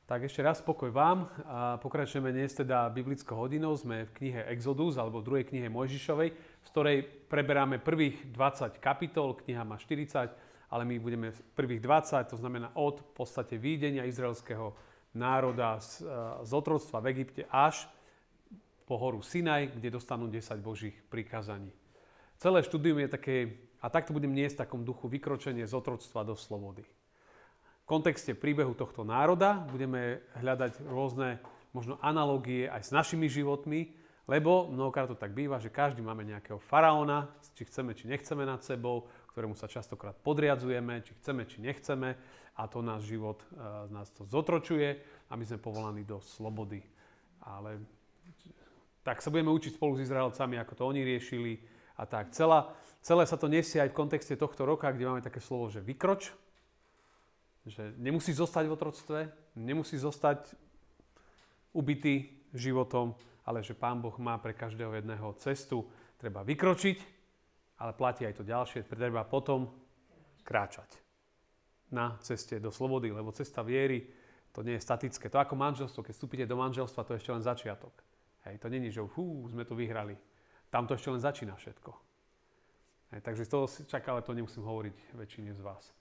Tak ešte raz pokoj vám a pokračujeme dnes teda biblickou hodinou. Sme v knihe Exodus alebo v druhej knihe Mojžišovej, z ktorej preberáme prvých 20 kapitol, kniha má 40, ale my budeme prvých 20, to znamená od v podstate výjdenia izraelského národa z otroctva v Egypte až po horu Sinaj, kde dostanú 10 Božích prikázaní. Celé štúdium je také, a takto budem niesť v takom duchu, vykročenie z otroctva do slobody. V kontexte príbehu tohto národa budeme hľadať rôzne možno analogie aj s našimi životmi, lebo mnohokrát to tak býva, že každý máme nejakého faraóna, či chceme, či nechceme nad sebou, ktorému sa častokrát podriadzujeme, či chceme, či nechceme, a to náš život nás to zotročuje a my sme povolaní do slobody. Ale tak sa budeme učiť spolu s Izraelcami, ako to oni riešili a tak. Celé sa to nesie aj v kontexte tohto roka, kde máme také slovo, že vykroč, že nemusí zostať v otroctve, nemusí zostať ubitý životom, ale že Pán Boh má pre každého jedného cestu. Treba vykročiť, ale platí aj to ďalšie, treba potom kráčať na ceste do slobody, lebo cesta viery, to nie je statické. To ako manželstvo, keď vstúpite do manželstva, to je ešte len začiatok. Hej, to není, že sme to vyhrali. Tam to ešte len začína všetko. Hej, takže to si čaká, ale to nemusím hovoriť väčšine z vás.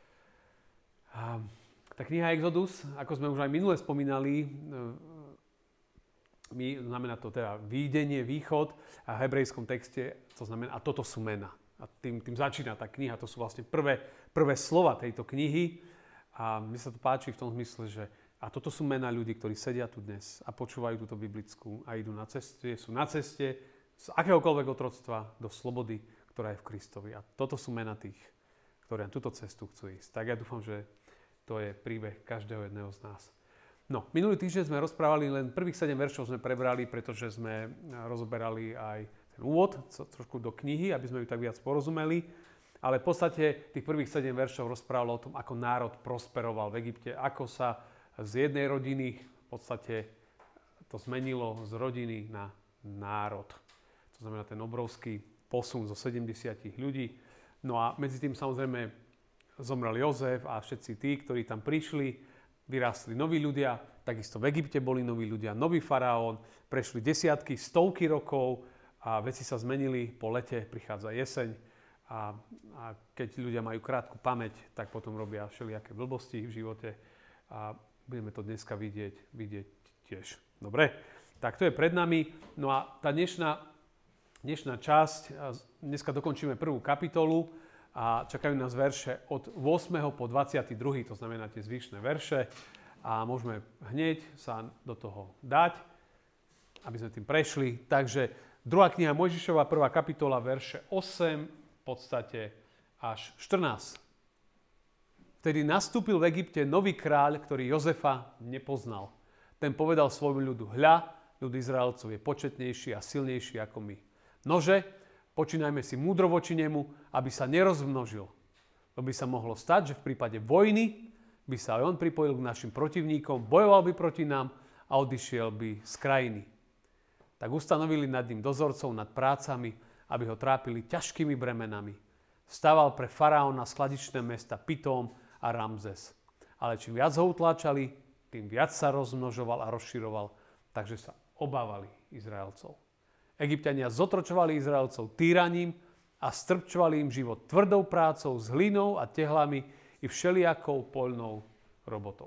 Tá kniha Exodus, ako sme už aj minule spomínali, znamená to teda výjdenie, východ, a v hebrejskom texte to znamená, a toto sú mená. A tým začína tá kniha, to sú vlastne prvé slova tejto knihy. A mne sa to páči v tom zmysle, že a toto sú mená ľudí, ktorí sedia tu dnes a počúvajú túto biblickú a idú na ceste, sú na ceste z akéhokoľvek otroctva do slobody, ktorá je v Kristovi. A toto sú mená tých, ktorí na túto cestu chcú ísť. Tak ja dúfam, že to je príbeh každého jedného z nás. No, minulý týždeň sme rozprávali, len prvých 7 veršov sme prebrali, pretože sme rozoberali aj ten úvod, trošku do knihy, aby sme ju tak viac porozumeli. Ale v podstate tých prvých 7 veršov rozprávalo o tom, ako národ prosperoval v Egypte, ako sa z jednej rodiny v podstate to zmenilo z rodiny na národ. To znamená ten obrovský posun zo 70 ľudí. No a medzi tým samozrejme zomrel Jozef a všetci tí, ktorí tam prišli, vyrástli noví ľudia, takisto v Egypte boli noví ľudia, nový faraón, prešli desiatky, stovky rokov a veci sa zmenili, po lete prichádza jeseň a keď ľudia majú krátku pamäť, tak potom robia všelijaké blbosti v živote a budeme to dneska vidieť tiež. Dobre, tak to je pred nami. No a tá dnešná časť, dneska dokončíme prvú kapitolu, a čakajú nás verše od 8. po 22. To znamená tie zvyšné verše. A môžeme hneď sa do toho dať, aby sme tým prešli. Takže druhá kniha Mojžišova, prvá kapitola, verše 8, v podstate až 14. Vtedy nastúpil v Egypte nový kráľ, ktorý Jozefa nepoznal. Ten povedal svojmu ľudu: hľa, ľud Izraelcov je početnejší a silnejší ako my. Nože, počínajme si múdro voči nemu, aby sa nerozmnožil. To by sa mohlo stať, že v prípade vojny by sa aj on pripojil k našim protivníkom, bojoval by proti nám a odišiel by z krajiny. Tak ustanovili nad ním dozorcov nad prácami, aby ho trápili ťažkými bremenami. Stával pre faraóna skladičné mesta Pitóm a Ramzes. Ale čím viac ho utláčali, tým viac sa rozmnožoval a rozširoval, takže sa obávali Izraelcov. Egypťania zotročovali Izraelcov týraním a strpčovali im život tvrdou prácou s hlinou a tehlami i všelijakou poľnou robotou.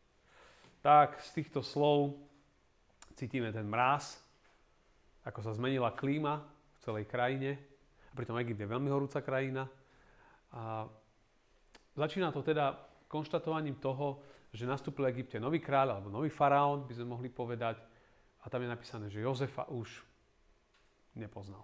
Tak z týchto slov cítime ten mráz, ako sa zmenila klíma v celej krajine. A pritom Egypt je veľmi horúca krajina. A začína to teda konštatovaním toho, že nastúpil v Egypte nový kráľ alebo nový faraón, by sme mohli povedať. A tam je napísané, že Jozefa už nepoznal.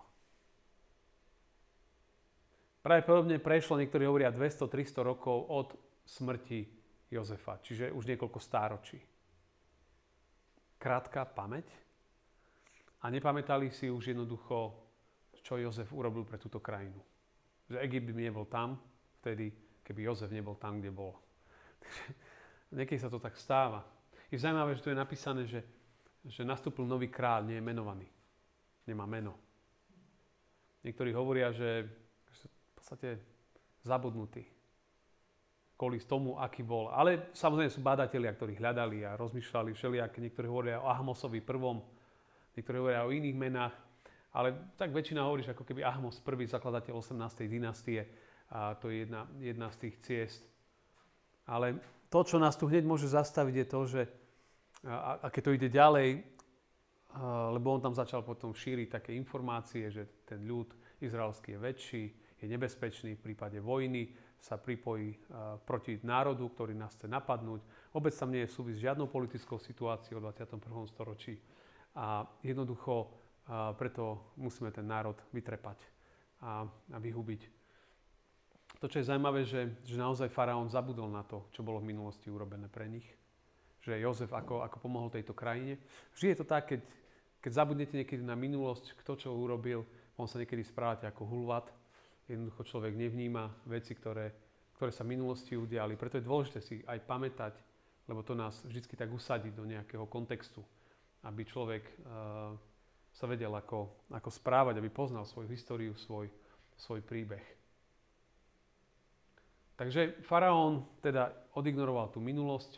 Pravdepodobne prešlo, niektorí hovoria, 200-300 rokov od smrti Jozefa, čiže už niekoľko stáročí. Krátka pamäť a nepamätali si už jednoducho, čo Jozef urobil pre túto krajinu. Že Egypt by nebol tam vtedy, keby Jozef nebol tam, kde bol. Niekedy sa to tak stáva. Je zaujímavé, že tu je napísané, že nastúpil nový kráľ, nie je menovaný. Nemá meno. Niektorí hovoria, že v podstate zabudnutý. kvôli tomu, aký bol. Ale samozrejme sú badatelia, ktorí hľadali a rozmýšľali všelijaké. Niektorí hovoria o Ahmosovi prvom, niektorí hovoria o iných menách. Ale tak väčšina hovorí, že ako keby Ahmos prvý, zakladateľ 18. dynastie. A to je jedna z tých ciest. Ale to, čo nás tu hneď môže zastaviť, je to, že a keď to ide ďalej, lebo on tam začal potom šíriť také informácie, že ten ľud izraelský je väčší, je nebezpečný v prípade vojny, sa pripojí proti národu, ktorý nás chce napadnúť. Vôbec tam nie je súvis s žiadnou politickou situáciou v 21. storočí. A jednoducho preto musíme ten národ vytrepať a vyhubiť. To, čo je zaujímavé, že naozaj faraón zabudol na to, čo bolo v minulosti urobené pre nich. Že Jozef ako pomohol tejto krajine. Vždy je to tak, keď zabudnete niekedy na minulosť, kto čo urobil, on sa niekedy správate ako hulvat. Jednoducho človek nevníma veci, ktoré sa v minulosti udiali. Preto je dôležité si aj pamätať, lebo to nás vždy tak usadí do nejakého kontextu, aby človek sa vedel, ako správať, aby poznal svoju históriu, svoj príbeh. Takže faraón teda odignoroval tú minulosť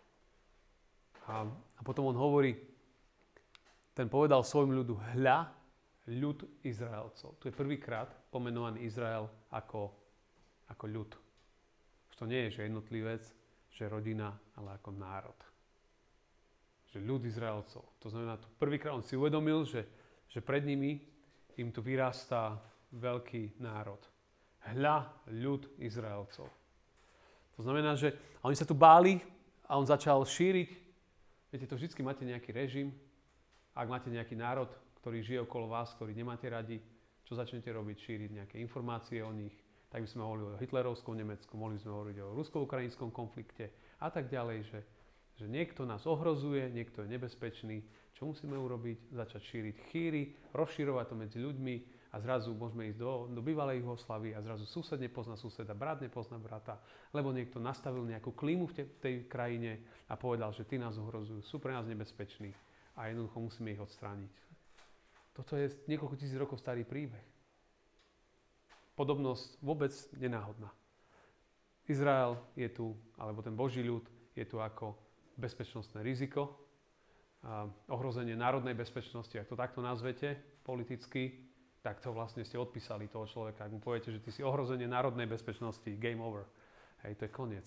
a potom on hovorí, ten povedal svojmu ľudu, hľa, ľud Izraelcov. Tu je prvýkrát pomenovaný Izrael ako ľud. Už to nie je, že jednotlivec, že rodina, ale ako národ. Že ľud Izraelcov. To znamená, tu prvýkrát on si uvedomil, že pred nimi im tu vyrastá veľký národ. Hľa, ľud Izraelcov. To znamená, že oni sa tu báli a on začal šíriť. Viete, to vždycky máte nejaký režim, ak máte nejaký národ, ktorý žije okolo vás, ktorý nemáte radi, čo začnete robiť? Šíriť nejaké informácie o nich. Tak by sme hovorili o hitlerovskom Nemecku, mohli by sme hovoriť o rusko-ukrajinskom konflikte a tak ďalej, že niekto nás ohrozuje, niekto je nebezpečný. Čo musíme urobiť? Začať šíriť chýry, rozširovať to medzi ľuďmi a zrazu môžeme ísť do bývalej Juhoslávy a zrazu sused nepozná suseda, brat nepozná brata, lebo niekto nastavil nejakú klímu v tej krajine a povedal, že tí nás ohrozujú, sú pre nás nebezpeční a jednoducho musíme ich odstrániť. Toto je niekoľko tisíc rokov starý príbeh. Podobnosť vôbec nenáhodná. Izrael je tu, alebo ten Boží ľud je tu ako bezpečnostné riziko, ohrozenie národnej bezpečnosti, ak to takto nazvete politicky, tak to vlastne ste odpísali toho človeka. Ak mu poviete, že ty si ohrozenie národnej bezpečnosti, game over. Hej, to je koniec.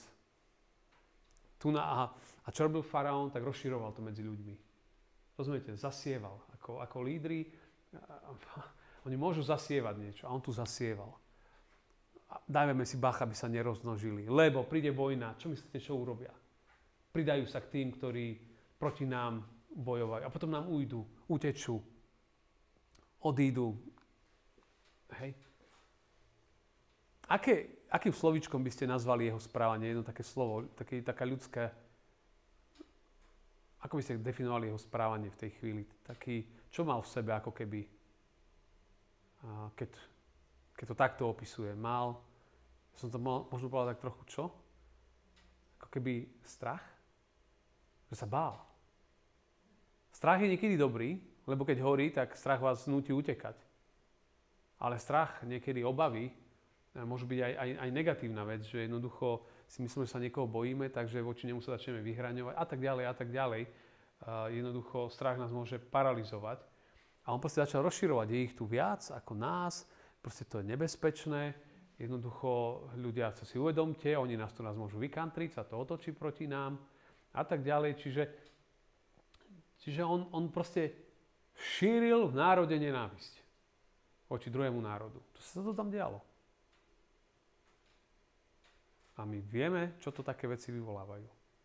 A čo robil faraón, tak rozširoval to medzi ľuďmi. Rozumiete, zasieval. Ako lídri, oni môžu zasievať niečo a on tu zasieval. Dajme si bacha, aby sa nerozmnožili, lebo príde vojna. Čo myslíte, čo urobia? Pridajú sa k tým, ktorí proti nám bojovajú a potom nám ujdu, utečú, odídu. Hej. Akým slovíčkom by ste nazvali jeho správanie? Jedno také slovo, taká ľudská. Ako by ste definovali jeho správanie v tej chvíli? Čo mal v sebe, ako keby, keď to takto opisuje? Som to možno povedal tak trochu čo? Ako keby strach? Že sa bál. Strach je niekedy dobrý, lebo keď horí, tak strach vás núti utekať. Ale strach, niekedy obavy, môže byť aj negatívna vec, že jednoducho si myslíme, že sa niekoho bojíme, takže voči nemu sa začneme vyhraňovať a tak ďalej a tak ďalej. Jednoducho strach nás môže paralyzovať. A on proste začal rozširovať, je ich tu viac ako nás, proste to je nebezpečné. Jednoducho ľudia, co si uvedomte, oni nás môžu vykantriť, sa to otočí proti nám a tak ďalej. Čiže on proste šíril v národe nenávisť voči druhému národu. To sa to tam dialo. A my vieme, čo to také veci vyvolávajú.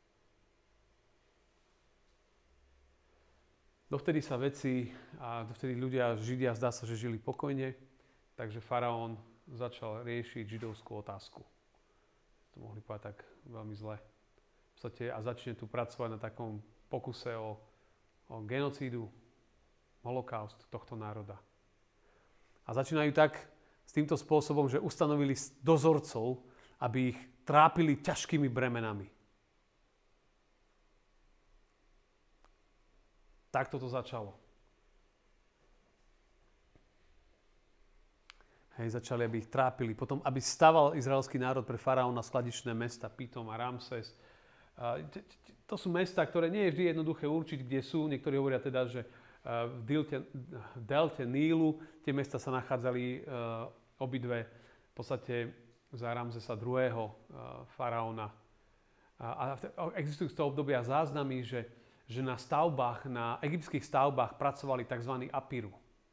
Dovtedy sa veci a dovtedy ľudia, Židia, zdá sa, že žili pokojne, takže faraón začal riešiť židovskú otázku. To mohli povedať tak veľmi zle. V podstate a začne tu pracovať na takom pokuse o genocídu, holokaust tohto národa. A začínajú tak s týmto spôsobom, že ustanovili dozorcov, aby ich trápili ťažkými bremenami. Takto to začalo. Hej, začali, aby ich trápili. Potom, aby staval izraelský národ pre faraóna skladičné mesta, Pitom a Ramses. To sú mesta, ktoré nie je vždy jednoduché určiť, kde sú. Niektorí hovoria teda, že v delte Nílu tie mesta sa nachádzali obidve v podstate za Ramzesa II. Faraóna. A existujú z toho obdobia záznamy, že na stavbách, na egyptských stavbách pracovali tzv. Apiru.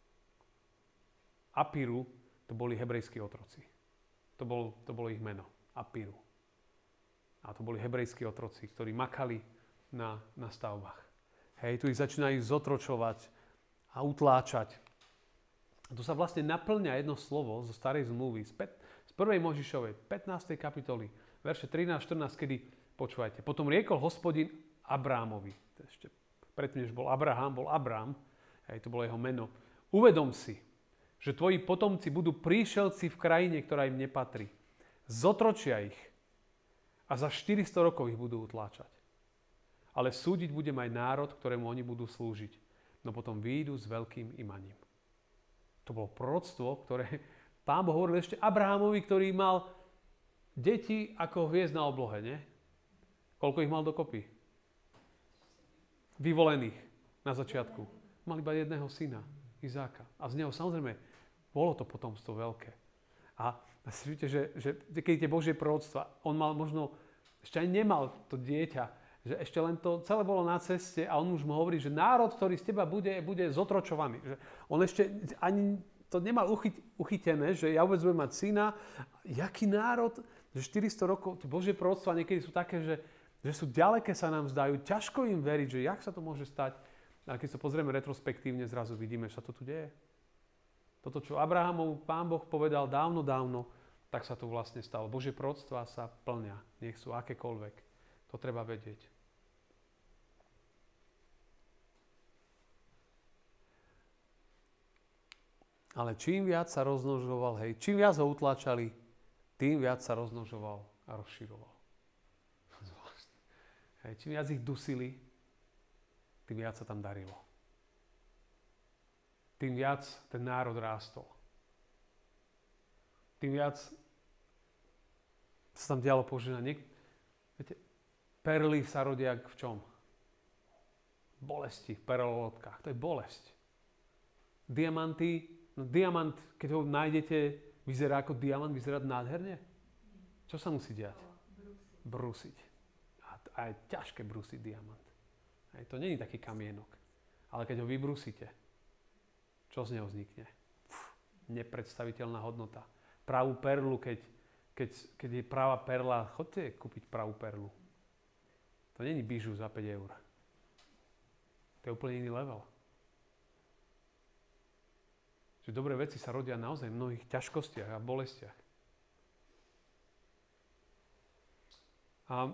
Apiru to boli hebrejskí otroci. To bolo ich meno. Apiru. A to boli hebrejskí otroci, ktorí makali na stavbách. Hej, tu ich začínajú zotročovať a utláčať. A tu sa vlastne naplňa jedno slovo zo starej zmluvy, z 1. Mojžišovej, 15. kapitoly, verše 13-14, kedy, počúvajte, potom riekol Hospodin Abrámovi, ešte predtým, než bol Abraham, bol Abrám, hej, to bolo jeho meno, uvedom si, že tvoji potomci budú príšelci v krajine, ktorá im nepatrí. Zotročia ich a za 400 rokov ich budú utláčať. Ale súdiť budem aj národ, ktorému oni budú slúžiť. No potom výjdu s veľkým imaním. To bolo proroctvo, ktoré Pán Boh hovoril ešte Abrahamovi, ktorý mal deti ako hviezd na oblohe, nie? Koľko ich mal dokopy? Vyvolených na začiatku. Mal iba jedného syna, Izáka. A z neho samozrejme bolo to potomstvo veľké. A si vidíte, že keď tie Božie proroctva, on mal možno, ešte aj nemal to dieťa, že ešte len to celé bolo na ceste a on už mu hovorí, že národ, ktorý z teba bude zotročovaný. Že on ešte ani to nemal uchytené, že ja vôbec budem mať syna. Jaký národ? Že 400 rokov, tie Božie proroctva niekedy sú také, že sú ďaleké, sa nám zdajú. Ťažko im veriť, že jak sa to môže stať. A keď sa pozrieme retrospektívne, zrazu vidíme, že sa to tu deje. Toto, čo Abrahamov Pán Boh povedal dávno, tak sa to vlastne stalo. Božie proroctvá sa plnia, nech sú akékoľvek. To treba vedieť. Ale čím viac sa rozmnožoval, čím viac ho utláčali, tým viac sa rozmnožoval a rozširoval. Čím viac ich dusili, tým viac sa tam darilo. Tým viac ten národ rástol. Tým viac sa tam dialo požehnanie. Viete, perly sa rodia v čom? Bolesti v perlolotkách. To je bolesť. Diamanty, diamant, keď ho nájdete, vyzerá ako diamant, vyzerá nádherne. Čo sa musí diať? Brúsiť. A je ťažké brúsiť diamant. To nie je taký kamienok. Ale keď ho vybrúsite, čo z neho vznikne? Nepredstaviteľná hodnota. Pravú perlu, keď je pravá perla, chodte kúpiť pravú perlu. To nie je bižu za 5 eur. To je úplne iný level. Že dobré veci sa rodia naozaj v mnohých ťažkostiach a bolestiach. A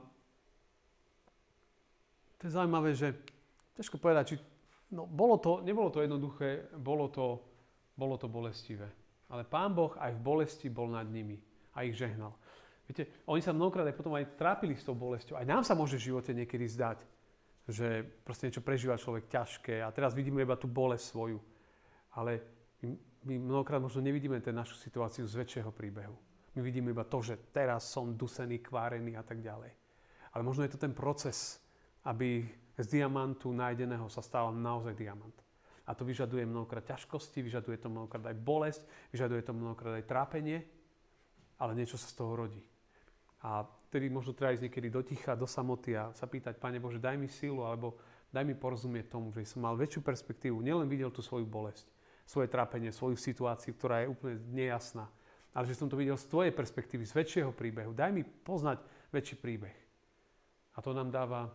to je zaujímavé, že ťažko povedať, či nebolo to jednoduché, bolo to bolestivé. Ale Pán Boh aj v bolesti bol nad nimi a ich žehnal. Viete, oni sa mnohokrát aj potom aj trápili s tou bolesťou. Aj nám sa môže v živote niekedy zdať, že proste niečo prežíva človek ťažké a teraz vidíme iba tú bolesť svoju. Ale my mnohokrát možno nevidíme tú našu situáciu z väčšieho príbehu. My vidíme iba to, že teraz som dusený, kvárený a tak ďalej. Ale možno je to ten proces, aby z diamantu nájdeného sa stal naozaj diamant. A to vyžaduje mnohokrát ťažkosti, vyžaduje to mnohokrát aj bolesť, vyžaduje to mnohokrát aj trápenie, ale niečo sa z toho rodí. A tedy možno treba ísť niekedy do ticha, do samoty a sa pýtať, Pane Bože, daj mi sílu, alebo daj mi porozumieť tomu, že som mal väčšiu perspektívu, nielen videl tú svoju bolesť, svoje trápenie, svoju situáciu, ktorá je úplne nejasná, ale že som to videl z tvojej perspektívy, z väčšieho príbehu. Daj mi poznať väčší príbeh. A to nám dáva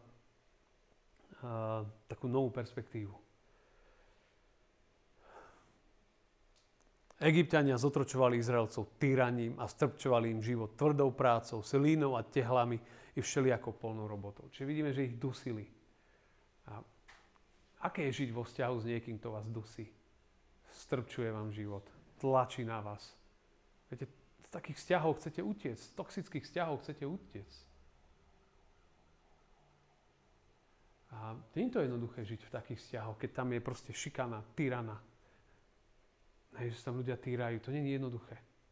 takú novú perspektívu. Egypťania zotročovali Izraelcov tyraním a strpčovali im život tvrdou prácou, selínou a tehlami i všelijakou polnou robotou. Čiže vidíme, že ich dusili. A aké je žiť vo vzťahu s niekým, kto vás dusí? Strpčuje vám život, tlačí na vás. Viete, z takých vzťahov chcete utiecť, z toxických vzťahov chcete utiecť. A nie je to jednoduché žiť v takých vzťahoch, keď tam je proste šikana, tyrana. Hej, že sa tam ľudia týrajú. To nie je jednoduché.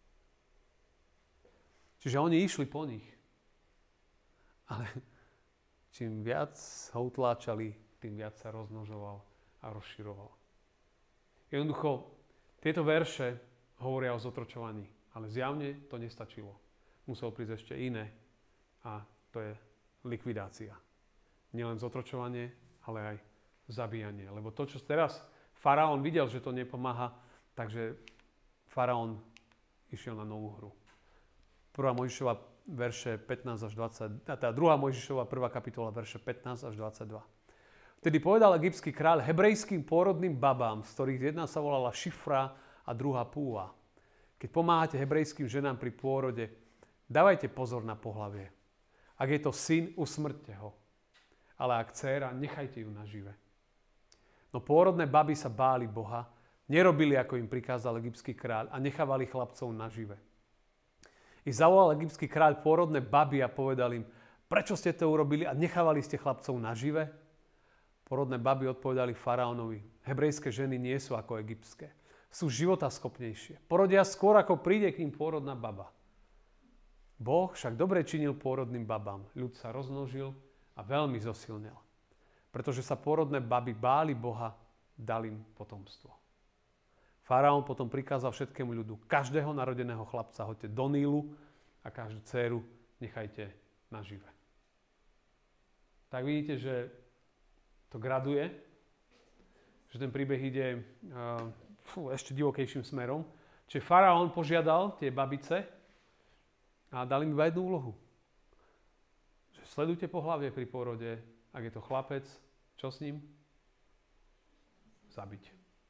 Čiže oni išli po nich. Ale čím viac ho utláčali, tým viac sa rozmnožoval a rozširoval. Jednoducho, tieto verše hovoria o zotročovaní, ale zjavne to nestačilo. Muselo prísť ešte iné a to je likvidácia. Nielen zotročovanie, ale aj zabíjanie. Lebo to, čo teraz faraón videl, že to nepomáha, takže faraón išiel na novú hru. 1. Mojžišova verše 15 až 20, teda 2. Mojžišova 1. kapitola verše 15 až 22. Vtedy povedal egyptský kráľ hebrejským pôrodným babám, z ktorých jedna sa volala Šifra a druhá Púa. Keď pomáhate hebrejským ženám pri pôrode, dávajte pozor na pohlavie. Ak je to syn, usmrťte ho. Ale ak dcéra, nechajte ju nažive. No pôrodné baby sa báli Boha, nerobili, ako im prikázal egyptský kráľ a nechávali chlapcov nažive. I zavolal egyptský kráľ pôrodné baby a povedal im, prečo ste to urobili a nechávali ste chlapcov nažive? Pôrodné baby odpovedali faraónovi, hebrejské ženy nie sú ako egyptské. Sú životaschopnejšie. Porodia skôr, ako príde k ním pôrodná baba. Boh však dobre činil pôrodným babám. Ľud sa rozmnožil a veľmi zosilnil. Pretože sa pôrodné baby báli Boha, dal im potomstvo. Faraón potom prikázal všetkému ľudu, každého narodeného chlapca hoďte do Nílu a každú dcéru nechajte nažive. Tak vidíte, že to graduje, že ten príbeh ide ešte divokejším smerom. Čiže faraón požiadal tie babice a dal im iba jednu úlohu. Že sledujte pohlavie pri pôrode, ak je to chlapec, čo s ním? Zabiť.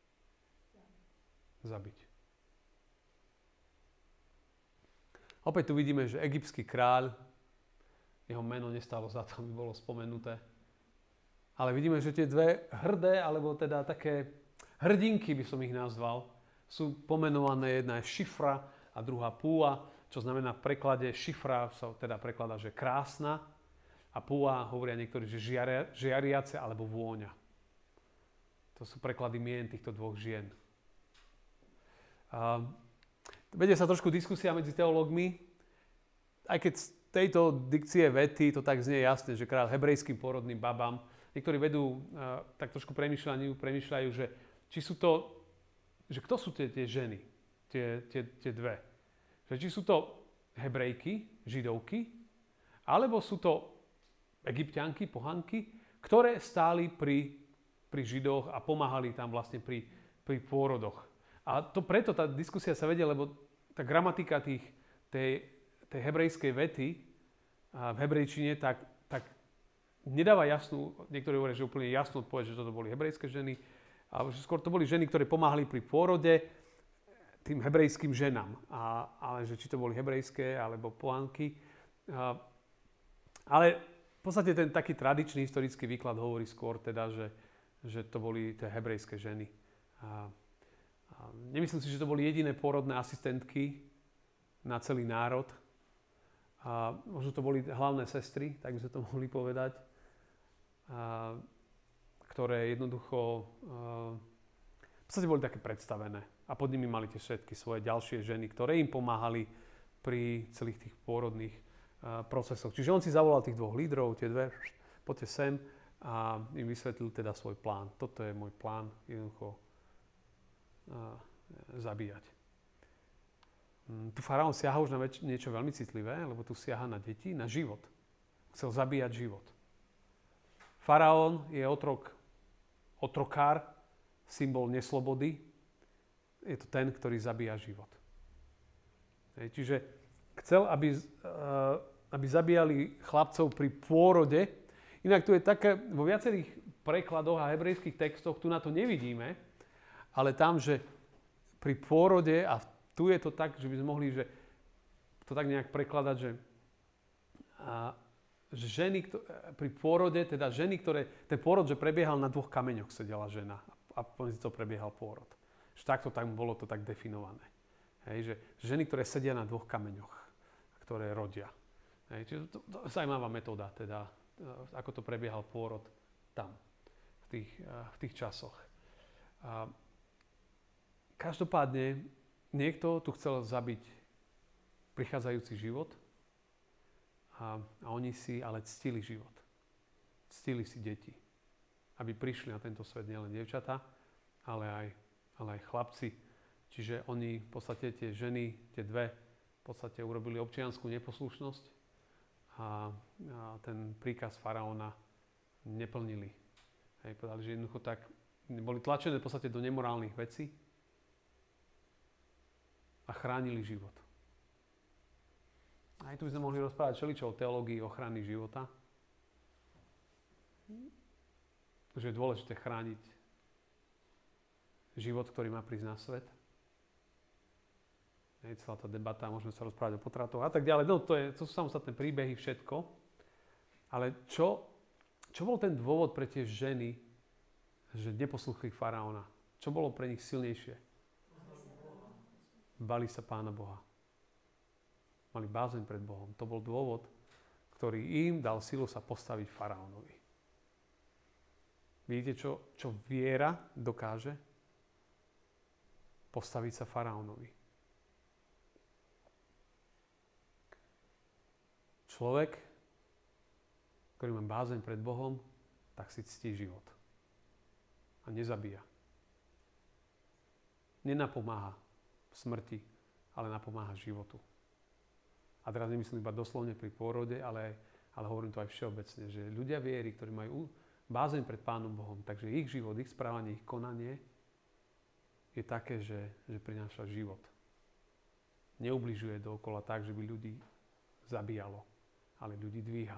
Opäť tu vidíme, že egyptský kráľ, jeho meno nestalo za to, aby bolo spomenuté. Ale vidíme, že tie dve hrdé, alebo teda také hrdinky, by som ich nazval, sú pomenované. Jedna je Šifra a druhá Púa, čo znamená v preklade Šifra sa teda prekladá, že krásna a Púa hovoria niektorí, že žiariace alebo vôňa. To sú preklady mien týchto dvoch žien. Vedie sa trošku diskusia medzi teológmi, aj keď z tejto dikcie vety to tak znie jasne, že kráľ hebrejským pôrodným babám, niektorí vedú, tak trošku premýšľajú, že či sú to, že kto sú tie ženy, tie dve. Že či sú to hebrejky, židovky, alebo sú to egypťanky, pohanky, ktoré stáli pri židoch a pomáhali tam vlastne pri pôrodoch. A to preto tá diskusia sa vedie, lebo tá gramatika tej hebrejskej vety v hebrejčine tak nedáva jasnú, niektorí hovoria, že úplne jasnú odpoveď, že toto boli hebrejské ženy, alebo že skôr to boli ženy, ktoré pomáhali pri pôrode tým hebrejským ženám. Ale že či to boli hebrejské alebo pohanky. Ale v podstate ten taký tradičný historický výklad hovorí skôr teda, že to boli tie hebrejské ženy. Nemyslím si, že to boli jediné pôrodné asistentky na celý národ. Možno to boli hlavné sestry, tak by sme to mohli povedať, ktoré jednoducho v podstate boli také predstavené. A pod nimi mali tie všetky svoje ďalšie ženy, ktoré im pomáhali pri celých tých pôrodných procesoch. Čiže on si zavolal tých dvoch lídrov, tie dve, poďte sem a im vysvetlil teda svoj plán. Toto je môj plán, jednoducho zabíjať. Tu faraón siaha už na niečo veľmi citlivé, lebo tu siaha na deti, na život. Chcel zabíjať život. Faraón je otrokár, symbol neslobody. Je to ten, ktorý zabíja život. Čiže chcel, aby zabíjali chlapcov pri pôrode. Inak tu je také, vo viacerých prekladoch a hebrejských textoch, tu na to nevidíme, ale tam, že pri pôrode, a tu je to tak, že by sme mohli to tak nejak prekladať, že ženy pri pôrode, teda ženy, ten pôrod, že prebiehal na dvoch kameňoch, sedela žena a pomedzi to prebiehal pôrod. Že takto tak bolo to tak definované. Hej, že ženy, ktoré sedia na dvoch kameňoch, ktoré rodia. Hej, čiže to zaujímavá metóda, teda, ako to prebiehal pôrod tam, v tých časoch. Každopádne, niekto tu chcel zabiť prichádzajúci život a oni si ale ctili život. Ctili si deti. Aby prišli na tento svet nielen dievčatá, ale aj chlapci. Čiže oni v podstate tie ženy, tie dve, v podstate urobili občiansku neposlušnosť a ten príkaz faraóna neplnili. Hej, povedali, že jednoducho tak boli tlačené v podstate do nemorálnych vecí a chránili život. Aj tu by sme mohli rozprávať všeličo o teológii ochrany života. Že je dôležité chrániť život, ktorý má prísť na svet. Celá tá debata, môžeme sa rozprávať o potratoch a tak ďalej. No, to sú samostatné príbehy, všetko. Ale čo bol ten dôvod pre tie ženy, že neposlúchli faraóna? Čo bolo pre nich silnejšie? Bali sa Pána Boha. Mali bázeň pred Bohom. To bol dôvod, ktorý im dal silu sa postaviť faraónovi. Vidíte, čo viera dokáže? Postaviť sa faraónovi. Človek, ktorý má bázeň pred Bohom, tak si ctí život. A nezabíja. Nenapomáha smrti, ale napomáha životu. A teraz nemyslím iba doslovne pri pôrode, ale hovorím to aj všeobecne, že ľudia viery, ktorí majú bázeň pred Pánom Bohom, takže ich život, ich správanie, ich konanie je také, že prináša život. Neubližuje dookola tak, že by ľudí zabíjalo, ale ľudí dvíha.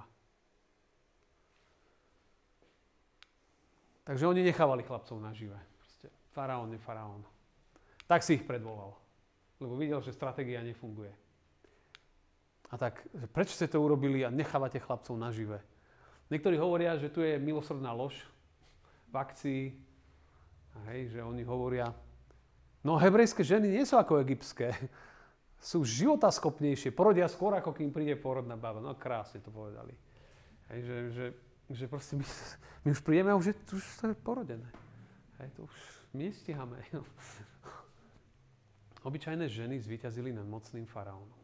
Takže oni nechávali chlapcov nažive. Proste faraón je faraón. Tak si ich predvolal, lebo videl, že stratégia nefunguje. A tak, prečo ste to urobili a nechávate chlapcov nažive? Niektorí hovoria, že tu je milosrdná lož v akcii, hej, že oni hovoria, no hebrejské ženy nie sú ako egyptské, sú životaschopnejšie, porodia skôr, ako kým príde pôrodná baba. No krásne to povedali. Hej, že proste my už prídeme a už to je porodené. Hej, to už my nestíhame. Obyčajné ženy zvíťazili nad mocným faraónom.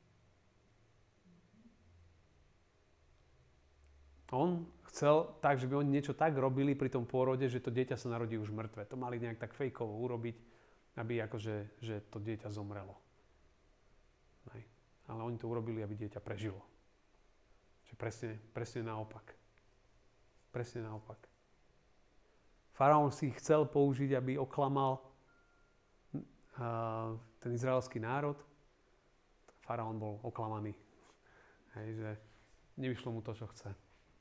On chcel tak, že by oni niečo tak robili pri tom pôrode, že to dieťa sa narodí už mŕtve. To mali nejak tak fejkovo urobiť, aby akože, že to dieťa zomrelo. Hej. Ale oni to urobili, aby dieťa prežilo. Čiže presne naopak. Presne naopak. Faraón si chcel použiť, aby oklamal ten izraelský národ. Faraón bol oklamaný. Hej, že nevyšlo mu to, čo chce.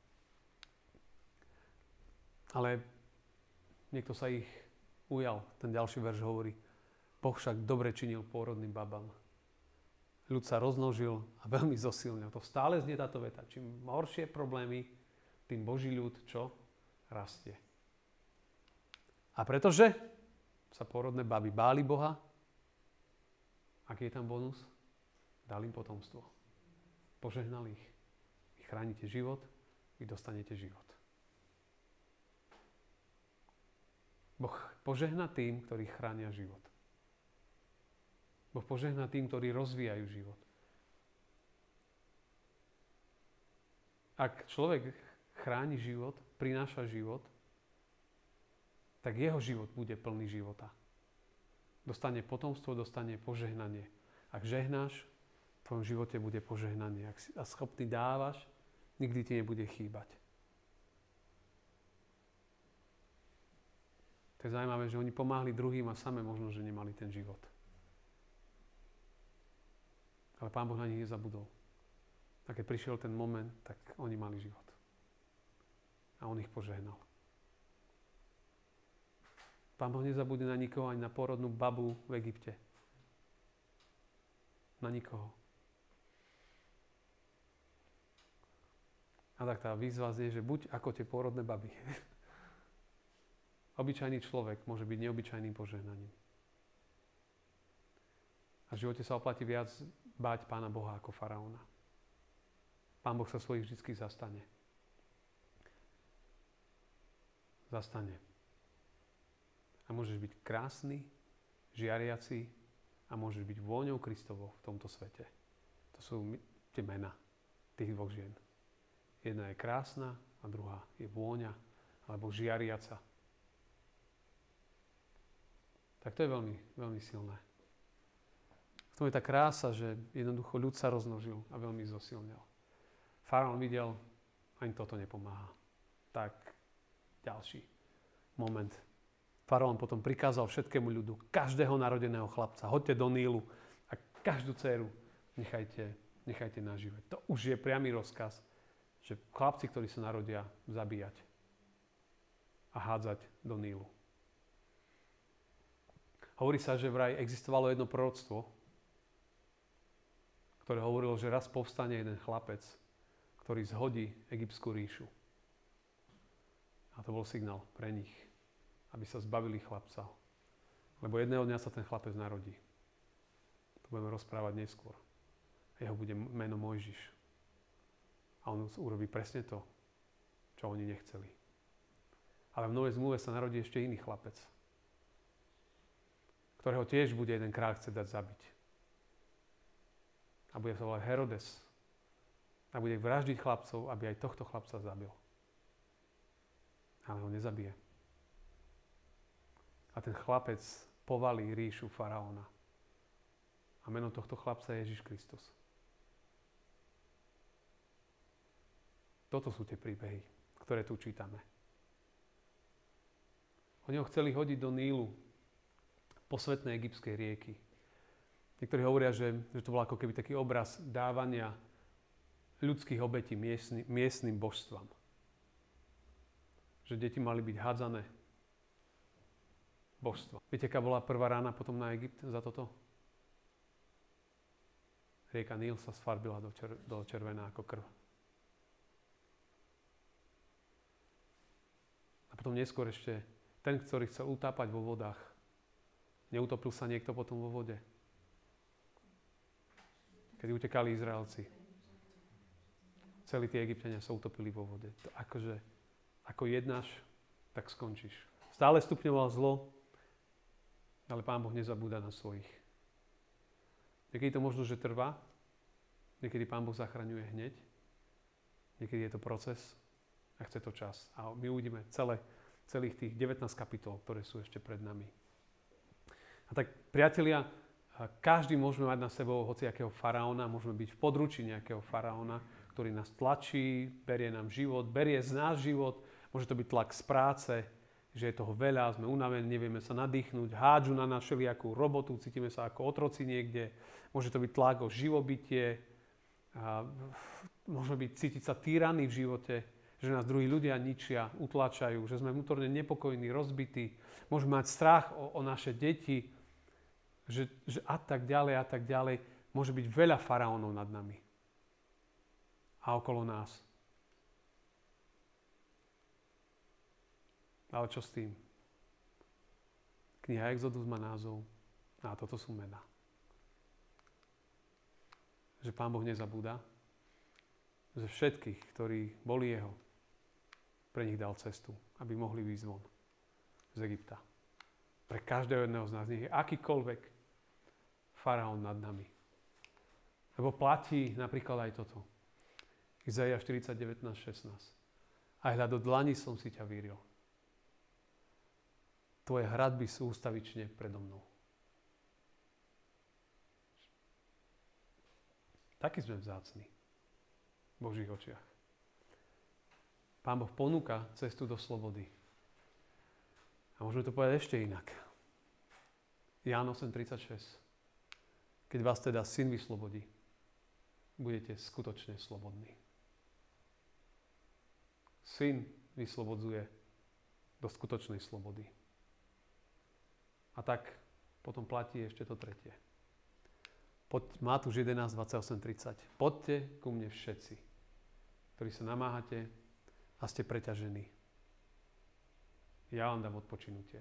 Ale niekto sa ich ujal. Ten ďalší verš hovorí, Boh však dobre činil pôrodným babám. Ľud sa rozmnožil a veľmi zosilnil. To stále znie táto veta. Čím horšie problémy, tým Boží ľud čo? Rastie. A pretože sa pôrodné baby báli Boha, aký je tam bonus? Dal im potomstvo. Požehnal ich. Vy chránite život, vy dostanete život. Boh požehná tým, ktorí chránia život. Boh požehná tým, ktorí rozvíjajú život. Ak človek chráni život, prináša život, tak jeho život bude plný života. Dostane potomstvo, dostane požehnanie. Ak žehnáš, v tvojom živote bude požehnanie. Ak si schopný dávaš, nikdy ti nebude chýbať. To je zaujímavé, že oni pomáhali druhým a same možno, že nemali ten život. Ale Pán Boh na nich nezabudol. A keď prišiel ten moment, tak oni mali život. A on ich požehnal. Pán Boh nezabudne na nikoho, ani na pôrodnú babu v Egypte. Na nikoho. A tak tá výzva znie, že buď ako tie pôrodné baby. Obyčajný človek môže byť neobyčajným požehnaním. A v živote sa oplatí viac báť Pána Boha ako faraóna. Pán Boh sa svojich vždy zastane. Zastane. A môžeš byť krásny, žiariaci a môžeš byť vôňou Kristovou v tomto svete. To sú tie mená tých dvoch žien. Jedna je krásna a druhá je vôňa alebo žiariaca. Tak to je veľmi, veľmi silné. V tom je tá krása, že jednoducho ľud sa rozmnožil a veľmi zosilnil. Faraón videl, ani toto nepomáha. Tak ďalší moment. Faraón potom prikázal všetkému ľudu, každého narodeného chlapca, hoďte do Nílu a každú dcéru nechajte nažive. To už je priamy rozkaz, že chlapci, ktorí sa narodia, zabíjať a hádzať do Nílu. Hovorí sa, že vraj existovalo jedno proroctvo, ktoré hovorilo, že raz povstane jeden chlapec, ktorý zhodí egyptskú ríšu. A to bol signál pre nich, aby sa zbavili chlapca. Lebo jedného dňa sa ten chlapec narodí. To budeme rozprávať neskôr. Jeho bude meno Mojžiš. A on urobí presne to, čo oni nechceli. Ale v Novej zmluve sa narodí ešte iný chlapec, ktorého tiež bude jeden kráľ chcieť dať zabiť. A bude sa volať Herodes. A bude vraždiť chlapcov, aby aj tohto chlapca zabil. Ale ho nezabije. A ten chlapec povalí ríšu faraóna. A meno tohto chlapca je Ježiš Kristus. Toto sú tie príbehy, ktoré tu čítame. Oni ho chceli hodiť do Nílu, posvetnej egyptskej rieky. Niektorí hovoria, že to bol ako keby taký obraz dávania ľudských obetí miestnym božstvám. Že deti mali byť hádzané božstva. Viete, aká bola prvá rána potom na Egypt za toto? Rieka Níl sa sfarbila do červená ako krv. A potom neskôr ešte ten, ktorý chcel utápať vo vodách, neutopil sa niekto potom vo vode? Keď utekali Izraelci. Celí tí Egypťania sa utopili vo vode. To akože, ako jednáš, tak skončíš. Stále stupňoval zlo, ale Pán Boh nezabúda na svojich. Niekedy to možno, že trvá, niekedy Pán Boh zachraňuje hneď, niekedy je to proces a chce to čas. A my uvidíme celých tých 19 kapitol, ktoré sú ešte pred nami. A tak, priatelia, každý môžeme mať na sebou hociakého faraóna, môžeme byť v područí nejakého faraóna, ktorý nás tlačí, berie nám život, berie z nás život, môže to byť tlak z práce, že je toho veľa, sme unavení, nevieme sa nadýchnúť, hádžu na nás všelijakú robotu, cítime sa ako otroci niekde, môže to byť tlak o živobytie, môžeme cítiť sa týraní v živote, že nás druhí ľudia ničia, utláčajú, že sme vnútorne nepokojní, rozbití, môžeme mať strach o naše deti, že a tak ďalej, môže byť veľa faraónov nad nami a okolo nás. Ale čo s tým? Kniha Exodus má názov a toto sú mená. Že Pán Boh nezabúda, že všetkých, ktorí boli jeho, pre nich dal cestu, aby mohli výjsť von z Egypta. Pre každého jedného z nás, nech je akýkoľvek faraón nad nami. Lebo platí napríklad aj toto. Izaiáš 49:16. Aj hľa do dlani som si ťa vyril. Tvoje hradby sú ústavične predo mnou. Taký sme vzácni v Božích očiach. Pán Boh ponúka cestu do slobody. A môžeme to povedať ešte inak. Ján 8:36. Keď vás teda Syn vyslobodí, budete skutočne slobodní. Syn vyslobodzuje do skutočnej slobody. A tak potom platí ešte to tretie. Matúš 11:28-30. Poďte ku mne všetci, ktorí sa namáhate a ste preťažení. Ja vám dám odpočinutie.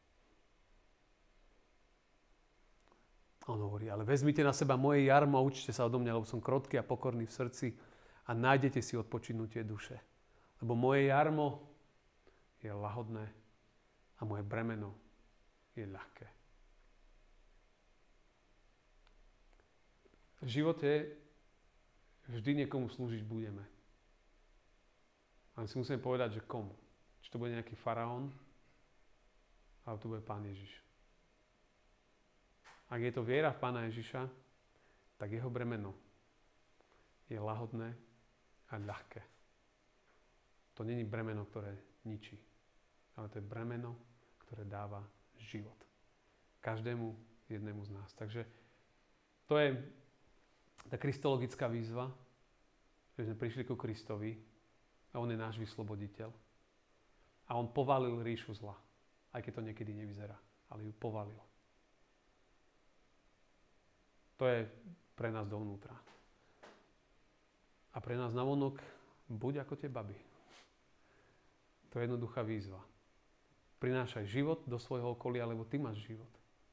On hovorí, ale vezmite na seba moje jarmo a učte sa odo mňa, lebo som krotký a pokorný v srdci a nájdete si odpočinutie duše. Lebo moje jarmo je lahodné a moje bremeno je ľahké. V živote vždy niekomu slúžiť budeme. Ale si musíme povedať, že komu. Či to bude nejaký faraón, alebo to bude Pán Ježiš. Ak je to viera v Pána Ježiša, tak jeho bremeno je lahodné a ľahké. To nie je bremeno, ktoré ničí, ale to je bremeno, ktoré dáva život. Každému jednému z nás. Takže to je tá kristologická výzva, že sme prišli ku Kristovi a on je náš vysloboditeľ. A on povalil ríšu zla, aj keď to niekedy nevyzerá, ale ju povalil. To je pre nás dovnútra. A pre nás navonok buď ako tie baby. To je jednoduchá výzva. Prinášaj život do svojho okolia, lebo ty máš život.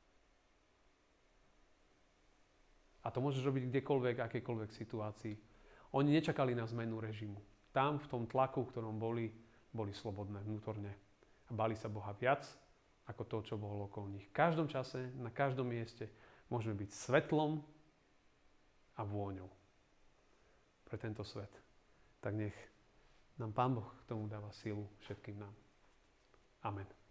A to môžeš robiť kdekoľvek, akejkoľvek situácii. Oni nečakali na zmenu režimu. Tam, v tom tlaku, v ktorom boli slobodné vnútorne. A báli sa Boha viac, ako to, čo bolo okolo nich. V každom čase, na každom mieste môžeme byť svetlom a vôňou pre tento svet. Tak nech nám Pán Boh k tomu dáva silu všetkým nám. Amen.